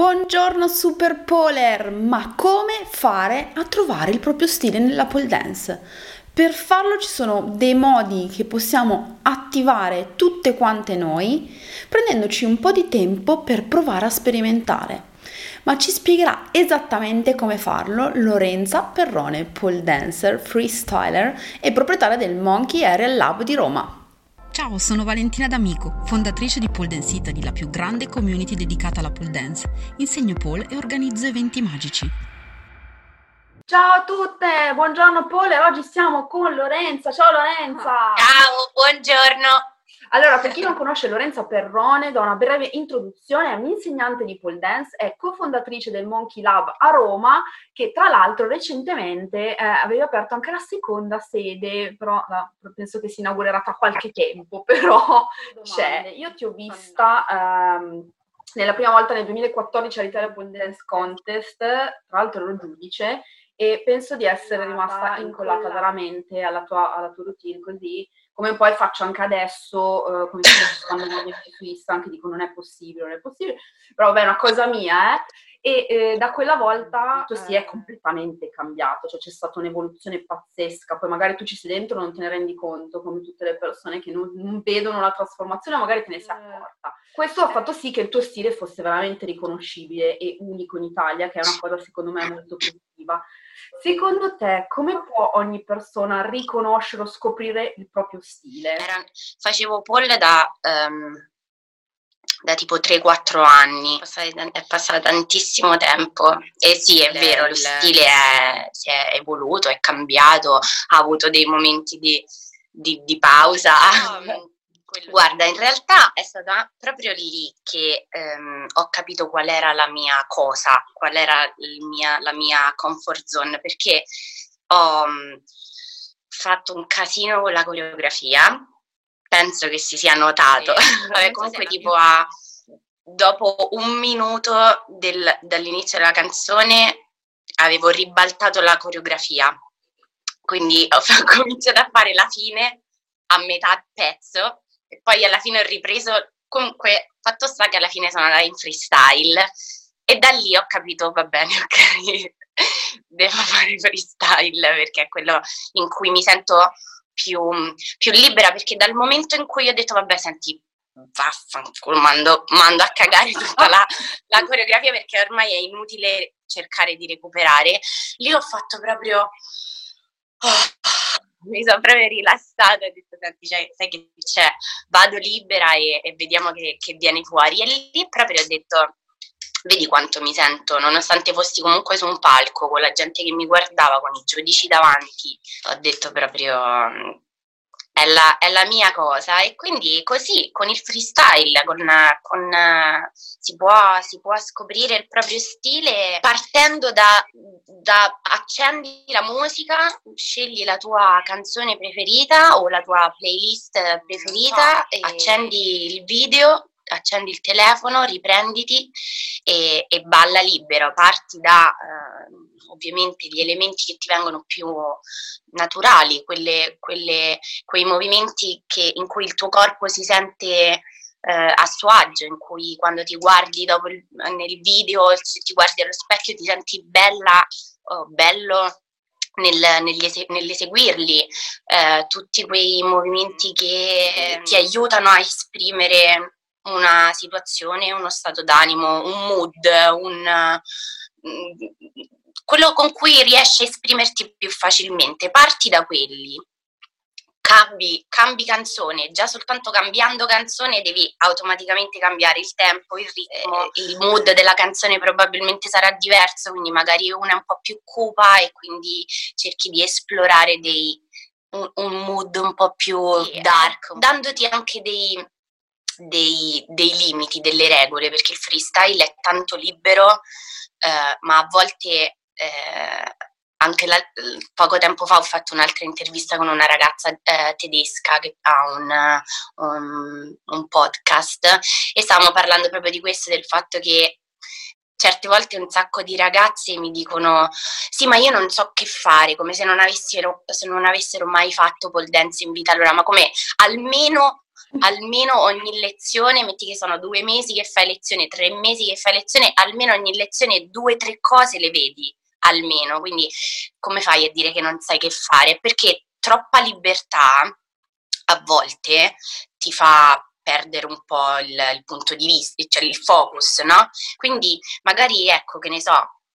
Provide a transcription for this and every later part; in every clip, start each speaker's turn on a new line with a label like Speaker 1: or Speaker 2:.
Speaker 1: Buongiorno Super Poler, ma come fare a trovare il proprio stile nella pole dance? Per farlo ci sono dei modi che possiamo attivare tutte quante noi, prendendoci un po' di tempo per provare a sperimentare. Ma ci spiegherà esattamente come farlo Lorenza Perrone, pole dancer, freestyler e proprietaria del Monkey Aerial Lab di Roma.
Speaker 2: Ciao, sono Valentina D'Amico, fondatrice di Pole Dance Italy, la più grande community dedicata alla pole dance. Insegno pole e organizzo eventi magici.
Speaker 1: Ciao a tutte, buongiorno Pole, oggi siamo con Lorenza. Ciao Lorenza!
Speaker 3: Ciao, buongiorno!
Speaker 1: Allora, per chi non conosce Lorenza Perrone, do una breve introduzione. È un'insegnante di pole dance, è cofondatrice del Monkey Lab a Roma, che tra l'altro recentemente aveva aperto anche la seconda sede, però penso che si inaugurerà tra qualche tempo, però c'è. Io ti ho vista nella prima volta nel 2014 all'Italia Pole Dance Contest, tra l'altro ero giudice, e penso di essere rimasta incollata veramente alla tua routine, così come poi faccio anche adesso, come quando mi vedo su Instagram che dico non è possibile, però vabbè è una cosa mia, e da quella volta tutto si è completamente cambiato, cioè c'è stata un'evoluzione pazzesca, poi magari tu ci sei dentro e non te ne rendi conto, come tutte le persone che non vedono la trasformazione, magari te ne sei accorta. Questo ha fatto sì che il tuo stile fosse veramente riconoscibile e unico in Italia, che è una cosa secondo me molto positiva. Secondo te, come può ogni persona riconoscere o scoprire il proprio stile?
Speaker 3: Facevo pole da tipo 3-4 anni, è passato tantissimo tempo e sì, è vero, lo stile si è evoluto, è cambiato, ha avuto dei momenti di pausa. Guarda, in realtà è stata proprio lì che ho capito qual era la mia cosa, qual era la mia comfort zone, perché ho fatto un casino con la coreografia, penso che si sia notato. Vabbè, comunque tipo dopo un minuto dall'inizio della canzone avevo ribaltato la coreografia, quindi ho cominciato a fare la fine a metà pezzo e poi alla fine ho ripreso. Comunque fatto sta che alla fine sono andata in freestyle e da lì ho capito, va bene, ok, devo fare freestyle perché è quello in cui mi sento più libera, perché dal momento in cui ho detto vabbè senti vaffanculo, mando a cagare tutta la coreografia perché ormai è inutile cercare di recuperare, lì ho fatto proprio mi sono proprio rilassata e ho detto senti, sai che c'è, vado libera e vediamo che viene fuori, e lì proprio ho detto vedi quanto mi sento, nonostante fossi comunque su un palco con la gente che mi guardava, con i giudici davanti, ho detto proprio è la mia cosa. E quindi così con il freestyle si può scoprire il proprio stile partendo da accendi la musica, scegli la tua canzone preferita o la tua playlist preferita, e accendi il video, accendi il telefono, riprenditi e balla libero. Parti da ovviamente gli elementi che ti vengono più naturali, quei movimenti in cui il tuo corpo si sente a suo agio, in cui quando ti guardi dopo nel video, se ti guardi allo specchio ti senti bella o bello nell'eseguirli, tutti quei movimenti che ti aiutano a esprimere una situazione, uno stato d'animo, un mood, quello con cui riesci a esprimerti più facilmente. Parti da quelli, cambi canzone, già soltanto cambiando canzone devi automaticamente cambiare il tempo, il ritmo, il mood della canzone probabilmente sarà diverso, quindi magari una è un po' più cupa e quindi cerchi di esplorare un mood un po' più dark, dandoti anche dei limiti, delle regole, perché il freestyle è tanto libero, ma a volte anche poco tempo fa ho fatto un'altra intervista con una ragazza tedesca che ha un podcast, e stavamo parlando proprio di questo, del fatto che certe volte un sacco di ragazze mi dicono sì, ma io non so che fare, come se non avessero mai fatto pole dance in vita loro, ma come almeno almeno ogni lezione, metti che sono 2 mesi che fai lezione, 3 mesi che fai lezione, almeno ogni lezione 2-3 cose le vedi, almeno. Quindi come fai a dire che non sai che fare? Perché troppa libertà a volte ti fa perdere un po' il punto di vista, cioè il focus, no? Quindi magari, ecco, che ne so,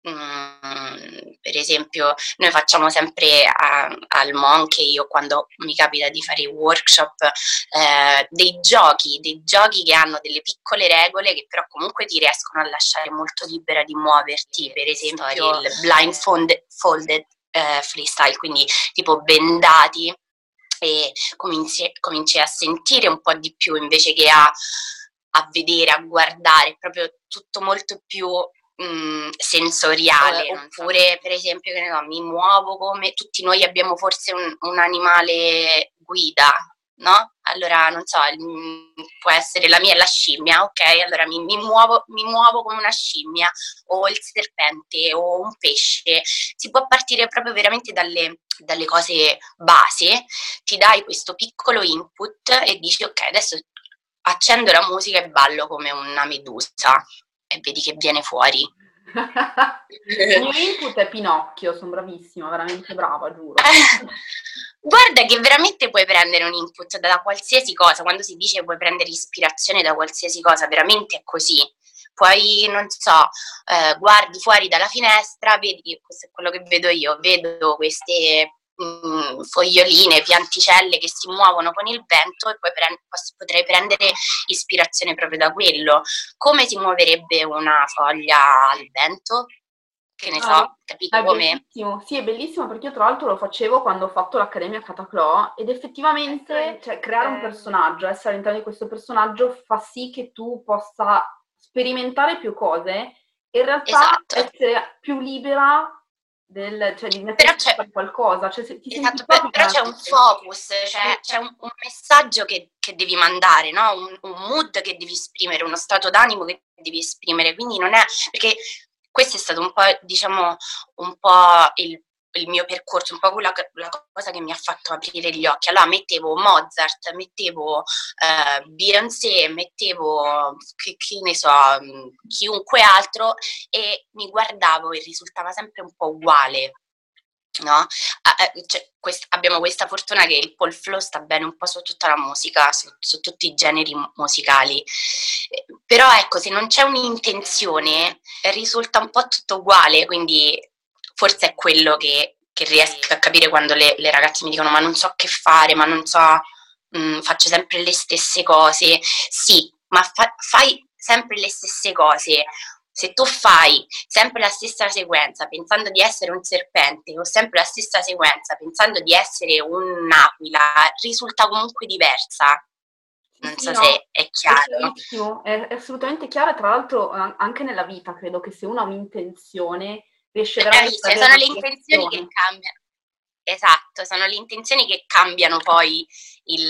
Speaker 3: per esempio noi facciamo sempre al Monkey, io quando mi capita di fare i workshop, dei giochi che hanno delle piccole regole che però comunque ti riescono a lasciare molto libera di muoverti, per esempio il blindfolded freestyle, quindi tipo bendati, e cominci a sentire un po' di più invece che a vedere, a guardare, proprio tutto molto più sensoriale. Oppure per esempio, che ne so, mi muovo come tutti noi abbiamo forse un animale guida, no? Allora non so, può essere la mia è la scimmia, ok? Allora mi muovo come una scimmia, o il serpente o un pesce. Si può partire proprio veramente dalle cose base, ti dai questo piccolo input e dici ok, adesso accendo la musica e ballo come una medusa e vedi che viene fuori.
Speaker 1: Il mio input è Pinocchio, sono bravissima, veramente brava, giuro.
Speaker 3: Guarda che veramente puoi prendere un input da qualsiasi cosa, quando si dice puoi prendere ispirazione da qualsiasi cosa, veramente è così. Poi, non so, guardi fuori dalla finestra, vedi, questo è quello che vedo io, vedo queste foglioline, pianticelle che si muovono con il vento e poi potrei prendere ispirazione proprio da quello. Come si muoverebbe una foglia al vento? Che ne so, capito come?
Speaker 1: Bellissimo. Sì, è bellissimo perché io tra l'altro lo facevo quando ho fatto l'Accademia Cataclò ed effettivamente, cioè, creare un personaggio, essere all'interno di questo personaggio fa sì che tu possa sperimentare più cose e in realtà essere più libera cioè di metterti a fare qualcosa. Cioè,
Speaker 3: però c'è un focus, cioè c'è un messaggio che devi mandare, no? Un mood che devi esprimere, uno stato d'animo che devi esprimere, quindi non è, perché questo è stato un po', diciamo, un po' il mio percorso, un po' la cosa che mi ha fatto aprire gli occhi. Allora mettevo Mozart, mettevo Beyoncé, mettevo, che ne so, chiunque altro e mi guardavo e risultava sempre un po' uguale. No? Cioè, abbiamo questa fortuna che il Paul Flow sta bene un po' su tutta la musica, su tutti i generi musicali, però ecco, se non c'è un'intenzione risulta un po' tutto uguale, quindi forse è quello che riesco a capire quando le ragazze mi dicono ma non so che fare, ma non so, faccio sempre le stesse cose. Sì, ma fai sempre le stesse cose. Se tu fai sempre la stessa sequenza pensando di essere un serpente o sempre la stessa sequenza pensando di essere un'aquila, risulta comunque diversa. Non so se è chiaro.
Speaker 1: È assolutamente chiaro e tra l'altro anche nella vita credo che se uno ha un'intenzione riesce veramente a
Speaker 3: sono le intenzioni che cambiano. Esatto, sono le intenzioni che cambiano poi il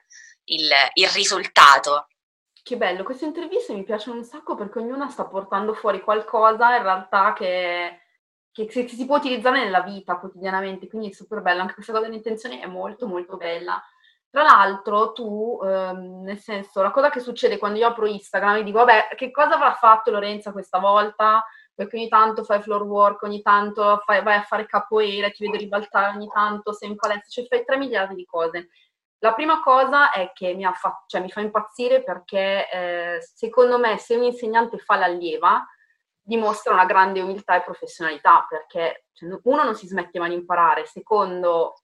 Speaker 3: risultato.
Speaker 1: Che bello, queste interviste mi piacciono un sacco perché ognuna sta portando fuori qualcosa in realtà che si può utilizzare nella vita quotidianamente, quindi è super bello, anche questa cosa dell'intenzione è molto molto bella. Tra l'altro tu, nel senso, la cosa che succede quando io apro Instagram e dico vabbè, che cosa avrà fatto Lorenza questa volta? Perché ogni tanto fai floor work, ogni tanto vai a fare capoeira, ti vedo ribaltare ogni tanto, sei in palestra, cioè fai 3 miliardi di cose. La prima cosa è che mi fa impazzire perché secondo me se un insegnante fa l'allieva dimostra una grande umiltà e professionalità perché cioè, uno non si smette mai di imparare, secondo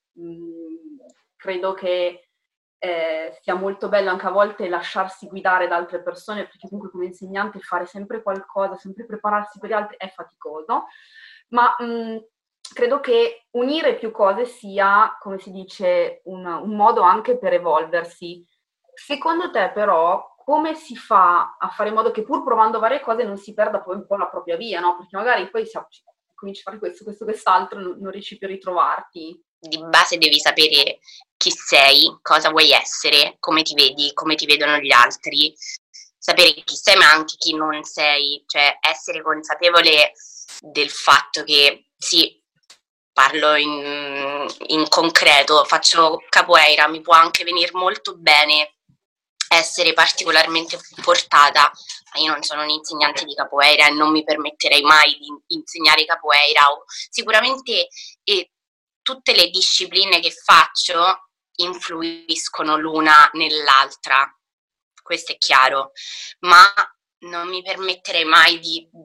Speaker 1: credo che sia molto bello anche a volte lasciarsi guidare da altre persone perché comunque come insegnante fare sempre qualcosa, sempre prepararsi per gli altri è faticoso, ma credo che unire più cose sia, come si dice, un modo anche per evolversi. Secondo te però come si fa a fare in modo che pur provando varie cose non si perda poi un po' la propria via, no? Perché magari poi cominci a fare questo, quest'altro, non riesci più a ritrovarti.
Speaker 3: Di base devi sapere chi sei, cosa vuoi essere, come ti vedi, come ti vedono gli altri, sapere chi sei ma anche chi non sei, cioè essere consapevole del fatto che sì, parlo in concreto, faccio capoeira, mi può anche venire molto bene essere particolarmente portata. Io non sono un insegnante di capoeira e non mi permetterei mai di insegnare capoeira, o sicuramente tutte le discipline che faccio influiscono l'una nell'altra, questo è chiaro, ma non mi permetterei mai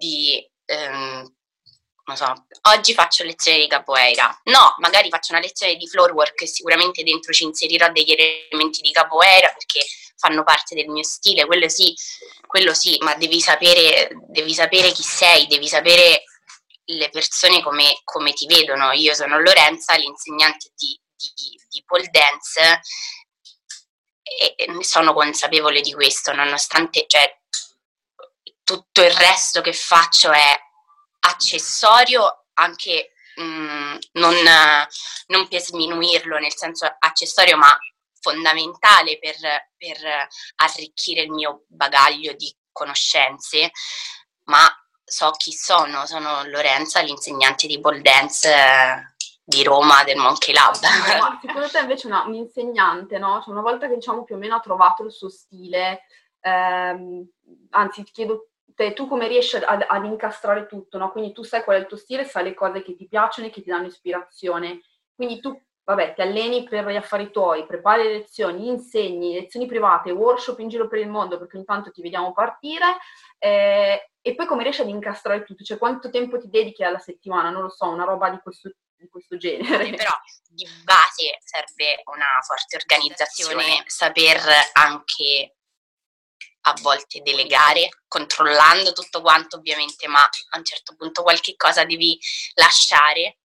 Speaker 3: non so, oggi faccio lezione di capoeira, no, magari faccio una lezione di floor work e sicuramente dentro ci inserirò degli elementi di capoeira perché fanno parte del mio stile, quello sì, ma devi sapere chi sei, devi sapere le persone come ti vedono. Io sono Lorenza, l'insegnante di pole dance, e sono consapevole di questo, nonostante, cioè, tutto il resto che faccio è accessorio, anche non per sminuirlo, nel senso accessorio, ma fondamentale per arricchire il mio bagaglio di conoscenze, ma so chi sono Lorenza, l'insegnante di pole dance di Roma, del Monkey Lab.
Speaker 1: Ma secondo te invece un insegnante, no? Cioè, una volta che diciamo più o meno ha trovato il suo stile, anzi ti chiedo te, tu come riesci ad incastrare tutto, no? Quindi tu sai qual è il tuo stile, sai le cose che ti piacciono e che ti danno ispirazione, quindi tu, vabbè, ti alleni per gli affari tuoi, prepari le lezioni, insegni, lezioni private, workshop in giro per il mondo, perché ogni tanto ti vediamo partire, e poi come riesci ad incastrare tutto? Cioè quanto tempo ti dedichi alla settimana? Non lo so, una roba di questo genere.
Speaker 3: Però di base serve una forte organizzazione, saper anche a volte delegare, controllando tutto quanto ovviamente, ma a un certo punto qualche cosa devi lasciare,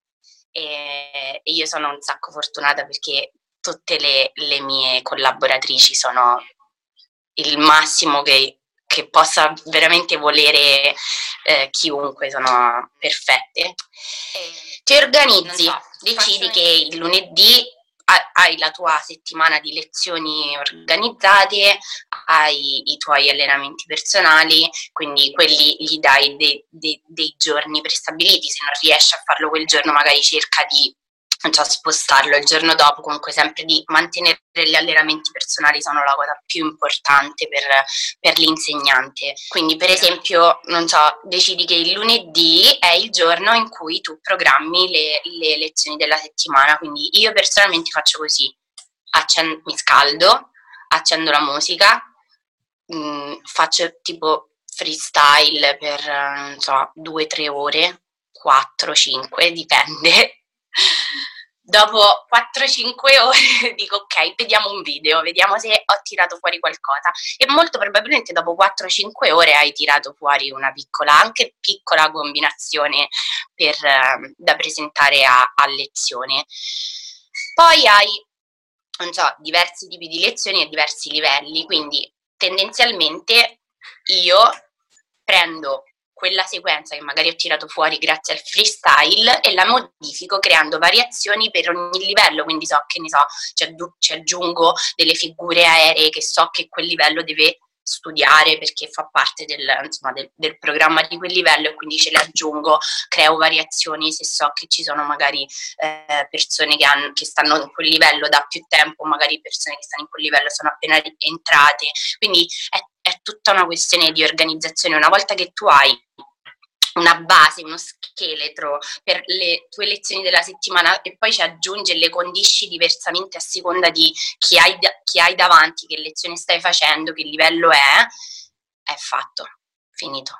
Speaker 3: e io sono un sacco fortunata perché tutte le mie collaboratrici sono il massimo che possa veramente volere chiunque, sono perfette. Ti organizzi, decidi che il lunedì hai la tua settimana di lezioni organizzate, hai i tuoi allenamenti personali, quindi quelli gli dai dei giorni prestabiliti. Se non riesci a farlo quel giorno magari cerca di spostarlo il giorno dopo, comunque sempre di mantenere gli allenamenti personali sono la cosa più importante per l'insegnante. Quindi per esempio, non so, decidi che il lunedì è il giorno in cui tu programmi le lezioni della settimana, quindi io personalmente faccio così: mi scaldo, accendo la musica, faccio tipo freestyle per, non so, 2-3 ore, 4-5, dipende. Dopo 4-5 ore dico ok, vediamo un video, vediamo se ho tirato fuori qualcosa, e molto probabilmente dopo 4-5 ore hai tirato fuori una anche piccola combinazione da presentare a lezione. Poi hai, non so, diversi tipi di lezioni e diversi livelli, quindi tendenzialmente io prendo quella sequenza che magari ho tirato fuori grazie al freestyle e la modifico creando variazioni per ogni livello, quindi so che ne so, ci aggiungo delle figure aeree che so che quel livello deve studiare perché fa parte del programma di quel livello, e quindi ce le aggiungo, creo variazioni se so che ci sono magari persone che stanno in quel livello da più tempo, magari persone che stanno in quel livello sono appena entrate, quindi è tutta una questione di organizzazione. Una volta che tu hai una base, uno scheletro per le tue lezioni della settimana e poi ci aggiungi e le condisci diversamente a seconda di chi hai davanti, che lezione stai facendo, che livello è fatto, finito.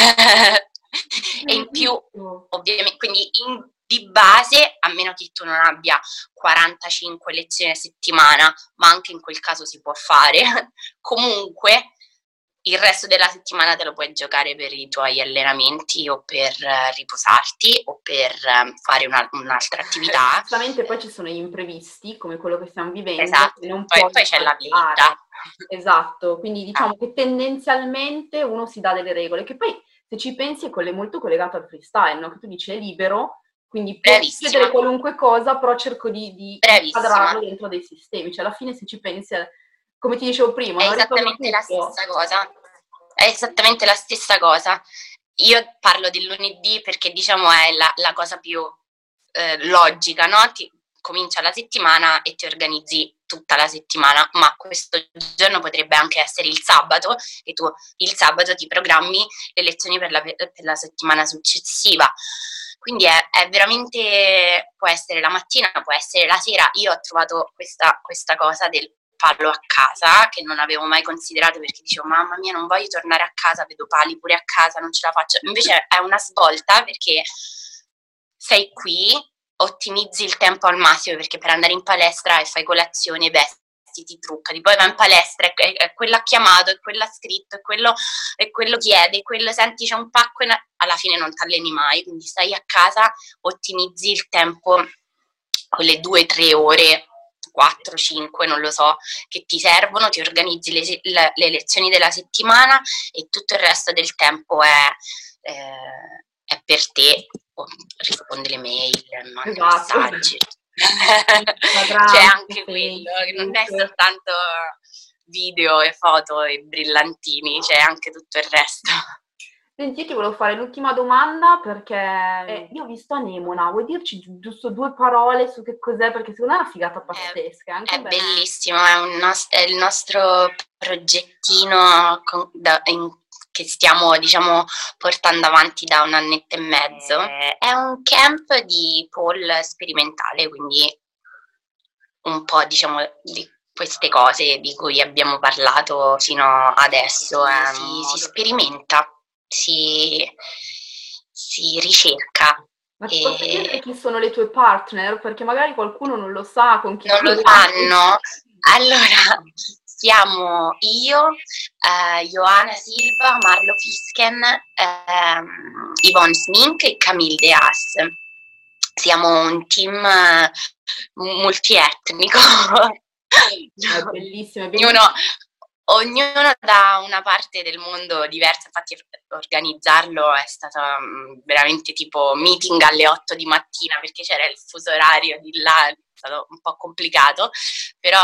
Speaker 3: E in più, ovviamente, quindi di base, a meno che tu non abbia 45 lezioni a settimana, ma anche in quel caso si può fare, comunque il resto della settimana te lo puoi giocare per i tuoi allenamenti o per riposarti o per fare un'altra attività.
Speaker 1: Giustamente poi ci sono gli imprevisti, come quello che stiamo vivendo.
Speaker 3: Esatto, poi c'è la vita.
Speaker 1: Esatto, quindi diciamo che tendenzialmente uno si dà delle regole, che poi se ci pensi è molto collegato al freestyle, no? Che tu dici è libero, quindi puoi chiedere qualunque cosa, però cerco di quadrarlo dentro dei sistemi. Cioè alla fine se ci pensi, come ti dicevo prima,
Speaker 3: è esattamente la stessa cosa. È esattamente la stessa cosa. Io parlo del lunedì perché diciamo è la cosa più logica, no? comincia la settimana e ti organizzi tutta la settimana, ma questo giorno potrebbe anche essere il sabato, e tu il sabato ti programmi le lezioni per la settimana successiva. Quindi è veramente, può essere la mattina, può essere la sera. Io ho trovato questa cosa del farlo a casa, che non avevo mai considerato, perché dicevo, mamma mia, non voglio tornare a casa, vedo pali pure a casa, non ce la faccio. Invece è una svolta, perché sei qui, ottimizzi il tempo al massimo, perché per andare in palestra e fai colazione, vesti, ti truccati, poi vai in palestra e quello ha chiamato, e quello ha scritto, e quello chiede, e quello senti c'è un pacco, alla fine non ti alleni mai, quindi stai a casa, ottimizzi il tempo, quelle 2-3 ore, 4-5, non lo so, che ti servono, ti organizzi le lezioni della settimana, e tutto il resto del tempo è per te, rispondi le mail, mandi messaggi. C'è anche quello, che non è soltanto video e foto e brillantini, c'è anche tutto il resto.
Speaker 1: Senti, io ti volevo fare l'ultima domanda, perché io ho visto Anemona, vuoi dirci giusto 2 parole su che cos'è? Perché secondo me è una figata pazzesca.
Speaker 3: È bellissimo, è il nostro progettino che stiamo, diciamo, portando avanti da 1 annetto e mezzo. È un camp di pole sperimentale, quindi un po', diciamo, di queste cose di cui abbiamo parlato fino adesso. Si sperimenta, si ricerca.
Speaker 1: Ma ti posso chiedere chi sono le tue partner? Perché magari qualcuno non lo sa, con chi
Speaker 3: non lo sanno. Allora, siamo io, Johanna Silva, Marlo Fisken, Yvonne Smink e Camille De Haas. Siamo un team multietnico.
Speaker 1: È bellissimo,
Speaker 3: Ognuno da una parte del mondo diversa, infatti organizzarlo è stato veramente tipo meeting alle 8 di mattina, perché c'era il fuso orario di là, è stato un po' complicato, però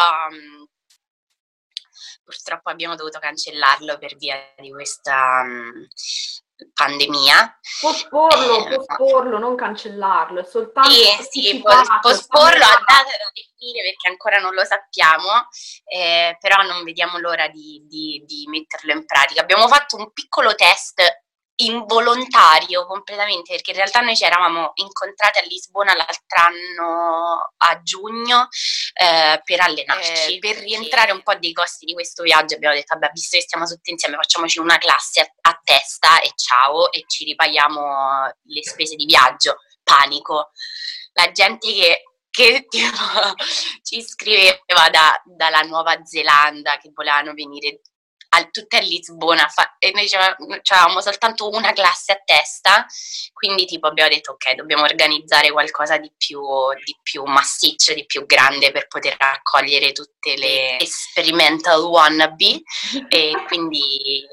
Speaker 3: purtroppo abbiamo dovuto cancellarlo per via di questa pandemia.
Speaker 1: Posporlo, non cancellarlo, è soltanto
Speaker 3: posporlo a data da definire, perché ancora non lo sappiamo, però non vediamo l'ora di metterlo in pratica. Abbiamo fatto un piccolo test involontario completamente, perché in realtà noi ci eravamo incontrati a Lisbona l'altro anno a giugno per allenarci, per rientrare un po' dei costi di questo viaggio. Abbiamo detto, vabbè, visto che stiamo tutti insieme, facciamoci una classe a testa e ciao, e ci ripaghiamo le spese di viaggio. Panico, la gente che tipo, ci scriveva dalla Nuova Zelanda, che volevano venire tutte a Lisbona, e noi avevamo soltanto una classe a testa, quindi tipo abbiamo detto, ok, dobbiamo organizzare qualcosa di più massiccio, di più grande, per poter raccogliere tutte le experimental wannabe. E quindi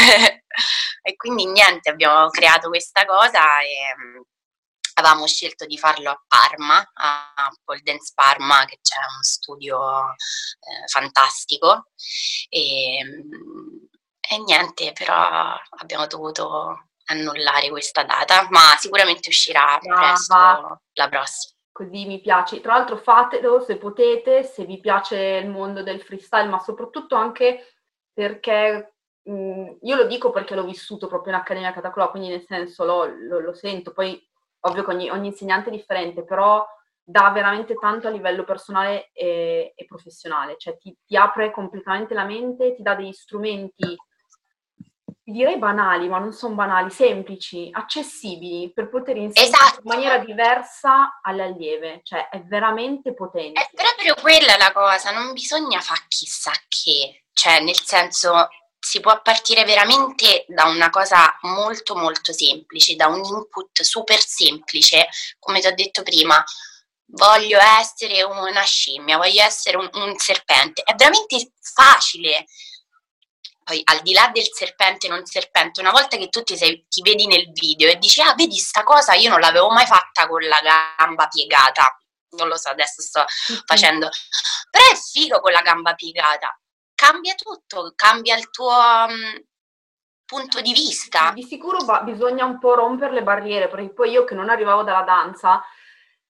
Speaker 3: niente, abbiamo creato questa cosa e avevamo scelto di farlo a Parma, a Pole Dance Parma, che c'è uno studio fantastico, e niente, però abbiamo dovuto annullare questa data, ma sicuramente uscirà presto la prossima.
Speaker 1: Così mi piace. Tra l'altro fatelo se potete, se vi piace il mondo del freestyle, ma soprattutto anche perché io lo dico perché l'ho vissuto proprio in Accademia Cataclò, quindi nel senso lo sento, poi ovvio che ogni insegnante è differente, però dà veramente tanto a livello personale e professionale, cioè ti apre completamente la mente, ti dà degli strumenti, direi banali, ma non sono banali, semplici, accessibili, per poter insegnare in maniera diversa alle allieve, cioè è veramente potente.
Speaker 3: È proprio quella la cosa, non bisogna fare chissà che, cioè nel senso si può partire veramente da una cosa molto molto semplice, da un input super semplice, come ti ho detto prima. Voglio essere una scimmia, voglio essere un serpente, è veramente facile. Poi al di là del serpente non serpente, una volta che tu ti vedi nel video e dici, ah, vedi sta cosa, io non l'avevo mai fatta con la gamba piegata, non lo so, adesso sto facendo, però è figo con la gamba piegata, cambia tutto, cambia il tuo punto di vista.
Speaker 1: Di sicuro bisogna un po' rompere le barriere, perché poi io che non arrivavo dalla danza,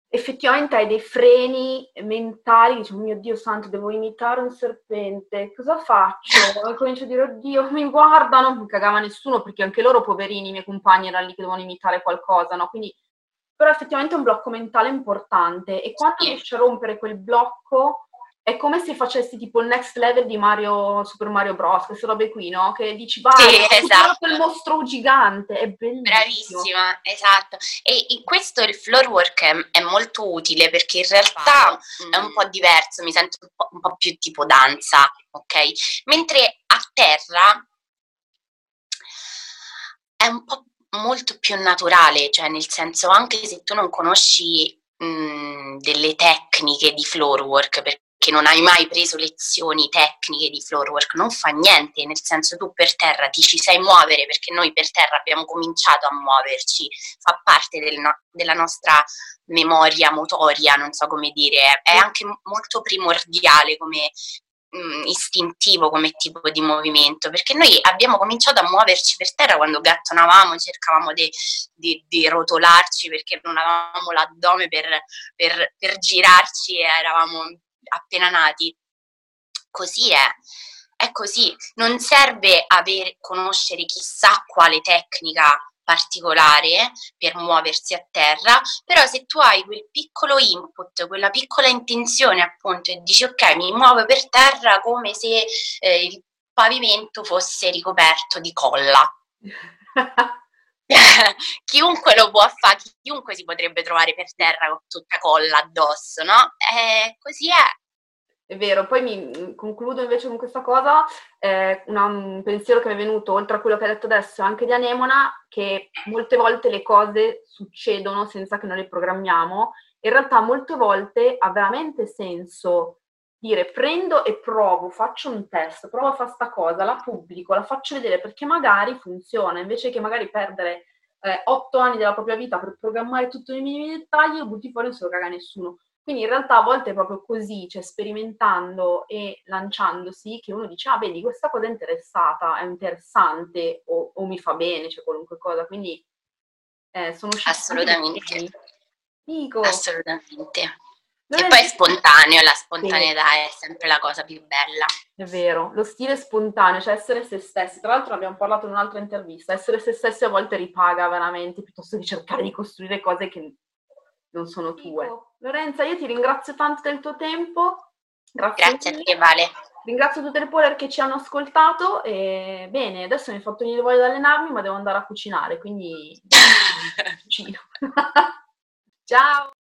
Speaker 1: effettivamente hai dei freni mentali, dici, oh mio Dio santo, devo imitare un serpente, cosa faccio? E comincio a dire, oddio, mi guardano, non mi cagava nessuno, perché anche loro, poverini, i miei compagni erano lì che dovevano imitare qualcosa, no? Quindi, però effettivamente è un blocco mentale importante, e quando
Speaker 3: Sì.
Speaker 1: riesci a rompere quel blocco, è come se facessi tipo il next level di Super Mario Bros, queste robe qui, no? Che dici, vai,
Speaker 3: Sì,
Speaker 1: ho superato
Speaker 3: esatto.
Speaker 1: quel mostro gigante, è bellissimo.
Speaker 3: Bravissima, esatto. E in questo il floor work è molto utile perché in realtà è un po' diverso, mi sento un po' più tipo danza, ok? Mentre a terra è un po' molto più naturale, cioè nel senso, anche se tu non conosci delle tecniche di floor work, perché non hai mai preso lezioni tecniche di floor work, non fa niente, nel senso, tu per terra ti ci sai muovere, perché noi per terra abbiamo cominciato a muoverci, fa parte della nostra memoria motoria, non so come dire, è anche molto primordiale come istintivo come tipo di movimento, perché noi abbiamo cominciato a muoverci per terra quando gattonavamo, cercavamo di rotolarci perché non avevamo l'addome per girarci e eravamo appena nati. Così è così, non serve conoscere chissà quale tecnica particolare per muoversi a terra, però se tu hai quel piccolo input, quella piccola intenzione appunto e dici ok, mi muovo per terra come se il pavimento fosse ricoperto di colla. Chiunque lo può fare, chiunque si potrebbe trovare per terra con tutta colla addosso, no? Così è.
Speaker 1: È vero, poi mi concludo invece con questa cosa, un pensiero che mi è venuto, oltre a quello che hai detto adesso, anche di Anemona, che molte volte le cose succedono senza che noi le programmiamo. In realtà molte volte ha veramente senso dire prendo e provo, faccio un test, provo a fare sta cosa, la pubblico, la faccio vedere perché magari funziona, invece che magari perdere 8 anni della propria vita per programmare tutti i minimi dettagli, lo butti fuori e non se lo caga nessuno. Quindi in realtà a volte è proprio così, cioè sperimentando e lanciandosi, che uno dice, ah vedi, questa cosa è interessante o mi fa bene, cioè qualunque cosa. Quindi sono usciti anche dei
Speaker 3: Assolutamente,
Speaker 1: temi. Dico,
Speaker 3: assolutamente. E poi è
Speaker 1: Lorenzo,
Speaker 3: spontaneo, la
Speaker 1: sì,
Speaker 3: spontaneità è sempre la cosa più bella.
Speaker 1: è vero, lo stile spontaneo, cioè essere se stessi. Tra l'altro ne abbiamo parlato in un'altra intervista, essere se stessi a volte ripaga veramente, piuttosto che cercare di costruire cose che non sono tue. Lorenza, io ti ringrazio tanto del tuo tempo, grazie
Speaker 3: Grazie a
Speaker 1: mille.
Speaker 3: te, Vale.
Speaker 1: Ringrazio tutte le puller che ci hanno ascoltato e bene, adesso mi hai fatto venire voglia di allenarmi, ma devo andare a cucinare, quindi cucino. Ciao!